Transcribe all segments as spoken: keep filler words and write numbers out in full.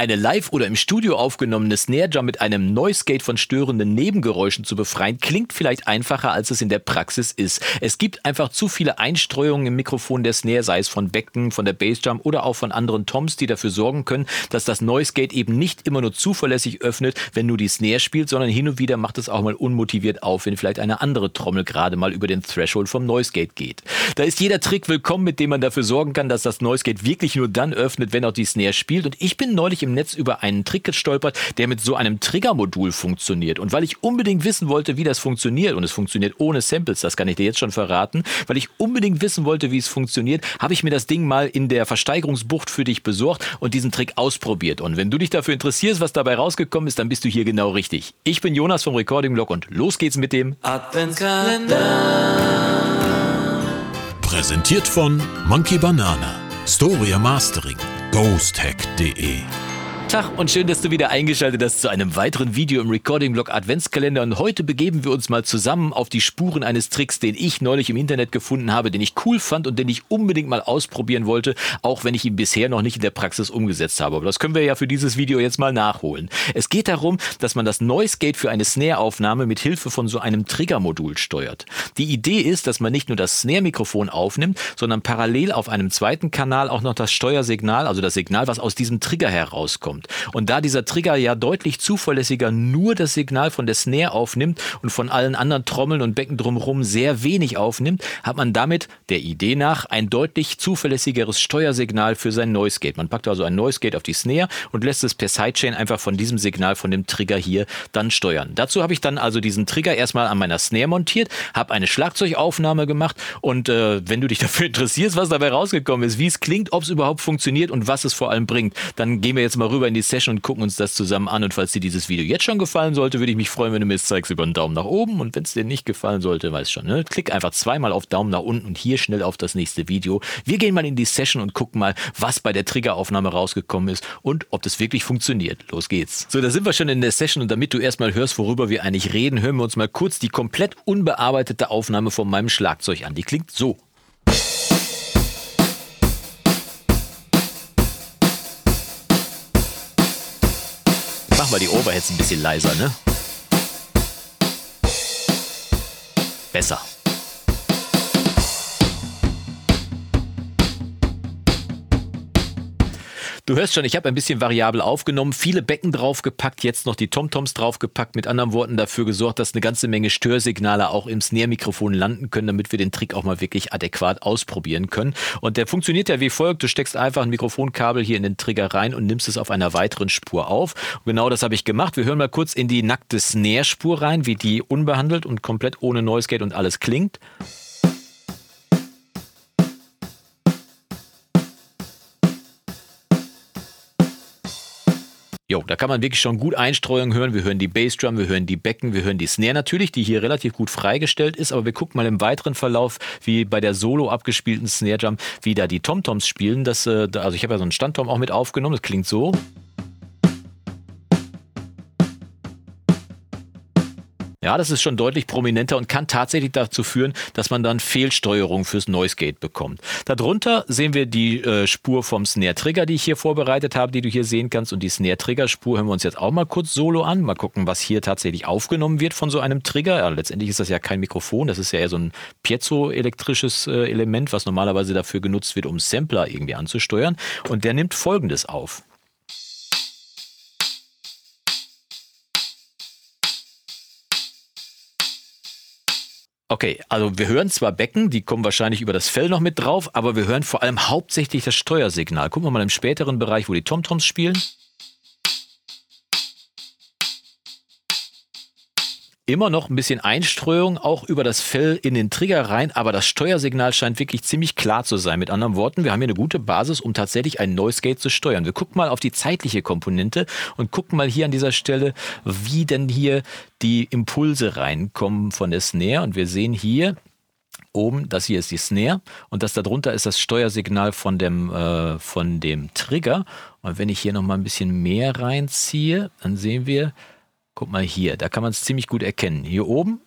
Eine live oder im Studio aufgenommene Snare Drum mit einem Noise Gate von störenden Nebengeräuschen zu befreien, klingt vielleicht einfacher, als es in der Praxis ist. Es gibt einfach zu viele Einstreuungen im Mikrofon der Snare, sei es von Becken, von der Bassdrum oder auch von anderen Toms, die dafür sorgen können, dass das Noise Gate eben nicht immer nur zuverlässig öffnet, wenn nur die Snare spielt, sondern hin und wieder macht es auch mal unmotiviert auf, wenn vielleicht eine andere Trommel gerade mal über den Threshold vom Noise Gate geht. Da ist jeder Trick willkommen, mit dem man dafür sorgen kann, dass das Noise Gate wirklich nur dann öffnet, wenn auch die Snare spielt. Und ich bin neulich im Netz über einen Trick gestolpert, der mit so einem Triggermodul funktioniert. Und weil ich unbedingt wissen wollte, wie das funktioniert, und es funktioniert ohne Samples, das kann ich dir jetzt schon verraten, weil ich unbedingt wissen wollte, wie es funktioniert, habe ich mir das Ding mal in der Versteigerungsbucht für dich besorgt und diesen Trick ausprobiert. Und wenn du dich dafür interessierst, was dabei rausgekommen ist, dann bist du hier genau richtig. Ich bin Jonas vom Recording Blog und los geht's mit dem Adventskalender. Präsentiert von Monkey Banana, Storia Mastering, ghosthack punkt de. Tag und schön, dass du wieder eingeschaltet hast zu einem weiteren Video im Recording-Blog Adventskalender. Und heute begeben wir uns mal zusammen auf die Spuren eines Tricks, den ich neulich im Internet gefunden habe, den ich cool fand und den ich unbedingt mal ausprobieren wollte, auch wenn ich ihn bisher noch nicht in der Praxis umgesetzt habe. Aber das können wir ja für dieses Video jetzt mal nachholen. Es geht darum, dass man das Noise Gate für eine Snare-Aufnahme mit Hilfe von so einem Triggermodul steuert. Die Idee ist, dass man nicht nur das Snare-Mikrofon aufnimmt, sondern parallel auf einem zweiten Kanal auch noch das Steuersignal, also das Signal, was aus diesem Trigger herauskommt. Und da dieser Trigger ja deutlich zuverlässiger nur das Signal von der Snare aufnimmt und von allen anderen Trommeln und Becken drumherum sehr wenig aufnimmt, hat man damit der Idee nach ein deutlich zuverlässigeres Steuersignal für sein Noise Gate. Man packt also ein Noise Gate auf die Snare und lässt es per Sidechain einfach von diesem Signal von dem Trigger hier dann steuern. Dazu habe ich dann also diesen Trigger erstmal an meiner Snare montiert, habe eine Schlagzeugaufnahme gemacht und äh, wenn du dich dafür interessierst, was dabei rausgekommen ist, wie es klingt, ob es überhaupt funktioniert und was es vor allem bringt, dann gehen wir jetzt mal rüber in die Session und gucken uns das zusammen an. Und falls dir dieses Video jetzt schon gefallen sollte, würde ich mich freuen, wenn du mir es zeigst über einen Daumen nach oben. Und wenn es dir nicht gefallen sollte, weißt schon, ne? Klick einfach zweimal auf Daumen nach unten und hier schnell auf das nächste Video. Wir gehen mal in die Session und gucken mal, was bei der Triggeraufnahme rausgekommen ist und ob das wirklich funktioniert. Los geht's. So, da sind wir schon in der Session und damit du erstmal hörst, worüber wir eigentlich reden, hören wir uns mal kurz die komplett unbearbeitete Aufnahme von meinem Schlagzeug an. Die klingt so. Mach mal die Overheads ein bisschen leiser, ne? Besser. Du hörst schon, ich habe ein bisschen variabel aufgenommen, viele Becken draufgepackt, jetzt noch die Tomtoms draufgepackt, mit anderen Worten dafür gesorgt, dass eine ganze Menge Störsignale auch im Snare-Mikrofon landen können, damit wir den Trick auch mal wirklich adäquat ausprobieren können. Und der funktioniert ja wie folgt, du steckst einfach ein Mikrofonkabel hier in den Trigger rein und nimmst es auf einer weiteren Spur auf. Und genau das habe ich gemacht. Wir hören mal kurz in die nackte Snare-Spur rein, wie die unbehandelt und komplett ohne Noise Gate und alles klingt. Jo, da kann man wirklich schon gut Einstreuung hören. Wir hören die Bassdrum, wir hören die Becken, wir hören die Snare natürlich, die hier relativ gut freigestellt ist. Aber wir gucken mal im weiteren Verlauf, wie bei der solo abgespielten Snare Drum, wie da die Tomtoms spielen. Das, also ich habe ja so einen Standtom auch mit aufgenommen, das klingt so. Ja, das ist schon deutlich prominenter und kann tatsächlich dazu führen, dass man dann Fehlsteuerung fürs Noise Gate bekommt. Darunter sehen wir die äh, Spur vom Snare Trigger, die ich hier vorbereitet habe, die du hier sehen kannst. Und die Snare Trigger Spur hören wir uns jetzt auch mal kurz solo an. Mal gucken, was hier tatsächlich aufgenommen wird von so einem Trigger. Ja, letztendlich ist das ja kein Mikrofon, das ist ja eher so ein piezoelektrisches äh, Element, was normalerweise dafür genutzt wird, um Sampler irgendwie anzusteuern. Und der nimmt Folgendes auf. Okay, also wir hören zwar Becken, die kommen wahrscheinlich über das Fell noch mit drauf, aber wir hören vor allem hauptsächlich das Steuersignal. Gucken wir mal im späteren Bereich, wo die Tomtoms spielen. Immer noch ein bisschen Einstreuung, auch über das Fell in den Trigger rein, aber das Steuersignal scheint wirklich ziemlich klar zu sein. Mit anderen Worten, wir haben hier eine gute Basis, um tatsächlich ein Noise Gate zu steuern. Wir gucken mal auf die zeitliche Komponente und gucken mal hier an dieser Stelle, wie denn hier die Impulse reinkommen von der Snare. Und wir sehen hier oben, das hier ist die Snare und das darunter ist das Steuersignal von dem, äh, von dem Trigger. Und wenn ich hier nochmal ein bisschen mehr reinziehe, dann sehen wir, guck mal hier, da kann man es ziemlich gut erkennen. Hier oben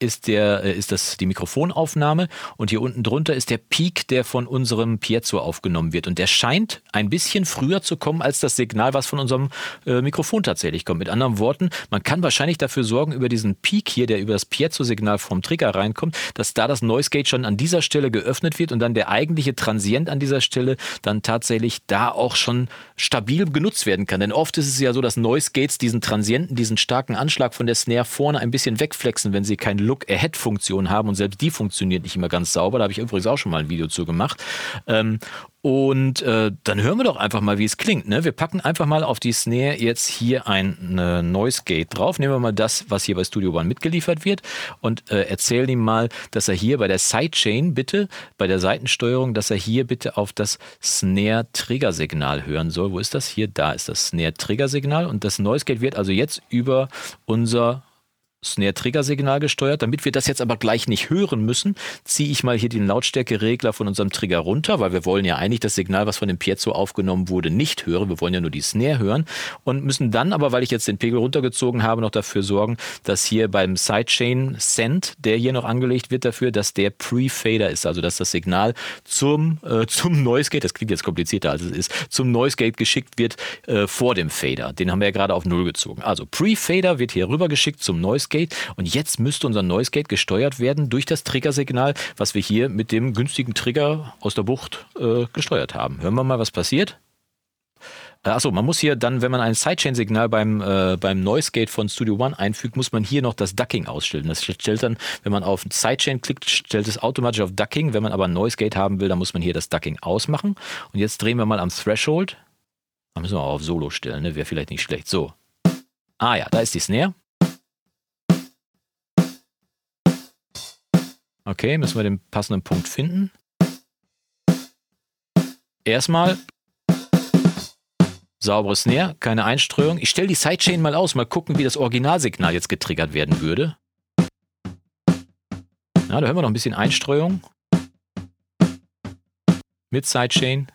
ist, der, ist das die Mikrofonaufnahme und hier unten drunter ist der Peak, der von unserem Piezo aufgenommen wird. Und der scheint ein bisschen früher zu kommen als das Signal, was von unserem äh, Mikrofon tatsächlich kommt. Mit anderen Worten, man kann wahrscheinlich dafür sorgen, über diesen Peak hier, der über das Piezo-Signal vom Trigger reinkommt, dass da das Noise Gate schon an dieser Stelle geöffnet wird und dann der eigentliche Transient an dieser Stelle dann tatsächlich da auch schon stabil genutzt werden kann. Denn oft ist es ja so, dass Noise Gates diesen Transienten, diesen starken Anschlag von der Snare vorne ein bisschen wegflexen, wenn sie keine Look-Ahead-Funktion haben und selbst die funktioniert nicht immer ganz sauber. Da habe ich übrigens auch schon mal ein Video zu gemacht. Ähm, Und äh, dann hören wir doch einfach mal, wie es klingt. Ne? Wir packen einfach mal auf die Snare jetzt hier ein äh, Noise Gate drauf. Nehmen wir mal das, was hier bei Studio One mitgeliefert wird und äh, erzählen ihm mal, dass er hier bei der Sidechain bitte, bei der Seitensteuerung, dass er hier bitte auf das Snare-Trigger-Signal hören soll. Wo ist das? Hier, da ist das Snare-Trigger-Signal und das Noise Gate wird also jetzt über unser Snare-Trigger-Signal gesteuert. Damit wir das jetzt aber gleich nicht hören müssen, ziehe ich mal hier den Lautstärkeregler von unserem Trigger runter, weil wir wollen ja eigentlich das Signal, was von dem Piezo aufgenommen wurde, nicht hören. Wir wollen ja nur die Snare hören und müssen dann aber, weil ich jetzt den Pegel runtergezogen habe, noch dafür sorgen, dass hier beim Sidechain Send, der hier noch angelegt wird dafür, dass der Pre-Fader ist, also dass das Signal zum, äh, zum Noise Gate, das klingt jetzt komplizierter als es ist, zum Noise Gate geschickt wird äh, vor dem Fader. Den haben wir ja gerade auf Null gezogen. Also Pre-Fader wird hier rüber geschickt zum Noise Gate. Und jetzt müsste unser Noise Gate gesteuert werden durch das Triggersignal, was wir hier mit dem günstigen Trigger aus der Bucht äh, gesteuert haben. Hören wir mal, was passiert. Achso, man muss hier dann, wenn man ein Sidechain-Signal beim, äh, beim Noise Gate von Studio One einfügt, muss man hier noch das Ducking ausstellen. Das stellt dann, wenn man auf Sidechain klickt, stellt es automatisch auf Ducking. Wenn man aber ein Noise Gate haben will, dann muss man hier das Ducking ausmachen. Und jetzt drehen wir mal am Threshold. Da müssen wir auch auf Solo stellen, ne? Wäre vielleicht nicht schlecht. So. Ah ja, da ist die Snare. Okay, müssen wir den passenden Punkt finden. Erstmal saubere Snare, keine Einstreuung. Ich stelle die Sidechain mal aus, mal gucken, wie das Originalsignal jetzt getriggert werden würde. Na, da hören wir noch ein bisschen Einstreuung. Mit Sidechain.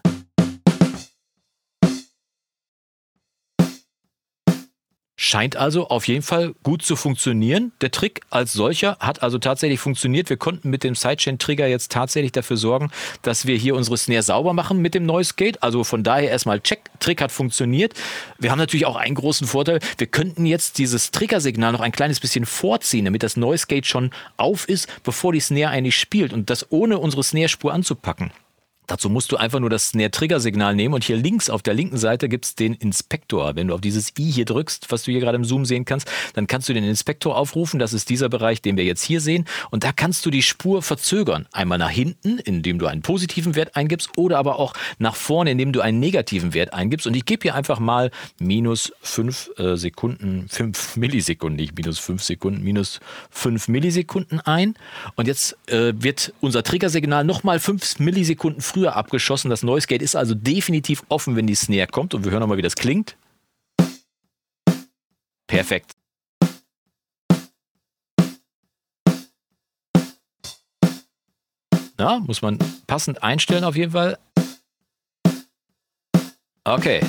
Scheint also auf jeden Fall gut zu funktionieren. Der Trick als solcher hat also tatsächlich funktioniert. Wir konnten mit dem Sidechain-Trigger jetzt tatsächlich dafür sorgen, dass wir hier unsere Snare sauber machen mit dem Noise Gate. Also von daher erstmal check, Trick hat funktioniert. Wir haben natürlich auch einen großen Vorteil. Wir könnten jetzt dieses Triggersignal noch ein kleines bisschen vorziehen, damit das Noise Gate schon auf ist, bevor die Snare eigentlich spielt und das ohne unsere Snare-Spur anzupacken. Dazu musst du einfach nur das Snare-Trigger-Signal nehmen und hier links auf der linken Seite gibt es den Inspektor. Wenn du auf dieses i hier drückst, was du hier gerade im Zoom sehen kannst, dann kannst du den Inspektor aufrufen. Das ist dieser Bereich, den wir jetzt hier sehen. Und da kannst du die Spur verzögern. Einmal nach hinten, indem du einen positiven Wert eingibst oder aber auch nach vorne, indem du einen negativen Wert eingibst. Und ich gebe hier einfach mal minus fünf äh, Sekunden, fünf Millisekunden, nicht minus fünf Sekunden, minus fünf Millisekunden ein. Und jetzt äh, wird unser Triggersignal nochmal fünf Millisekunden früher abgeschossen. Das Noise Gate ist also definitiv offen, wenn die Snare kommt. Und wir hören nochmal, wie das klingt. Perfekt. Na, muss man passend einstellen auf jeden Fall. Okay.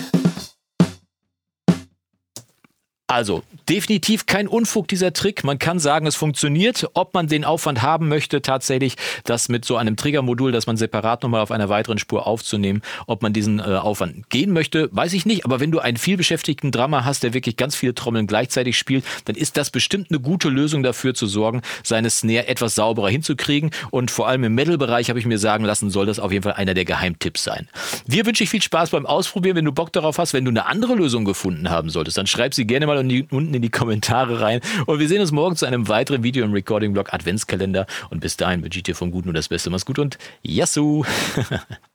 Also, definitiv kein Unfug, dieser Trick. Man kann sagen, es funktioniert. Ob man den Aufwand haben möchte, tatsächlich das mit so einem Triggermodul, das man separat nochmal auf einer weiteren Spur aufzunehmen, ob man diesen äh, Aufwand gehen möchte, weiß ich nicht. Aber wenn du einen vielbeschäftigten Drummer hast, der wirklich ganz viele Trommeln gleichzeitig spielt, dann ist das bestimmt eine gute Lösung dafür zu sorgen, seine Snare etwas sauberer hinzukriegen. Und vor allem im Metal-Bereich, habe ich mir sagen lassen, soll das auf jeden Fall einer der Geheimtipps sein. Dir wünsche ich viel Spaß beim Ausprobieren. Wenn du Bock darauf hast, wenn du eine andere Lösung gefunden haben solltest, dann schreib sie gerne mal unten in die Kommentare rein. Und wir sehen uns morgen zu einem weiteren Video im Recording-Blog Adventskalender. Und bis dahin wünsche ich dir vom Guten nur das Beste. Mach's gut und Yassou!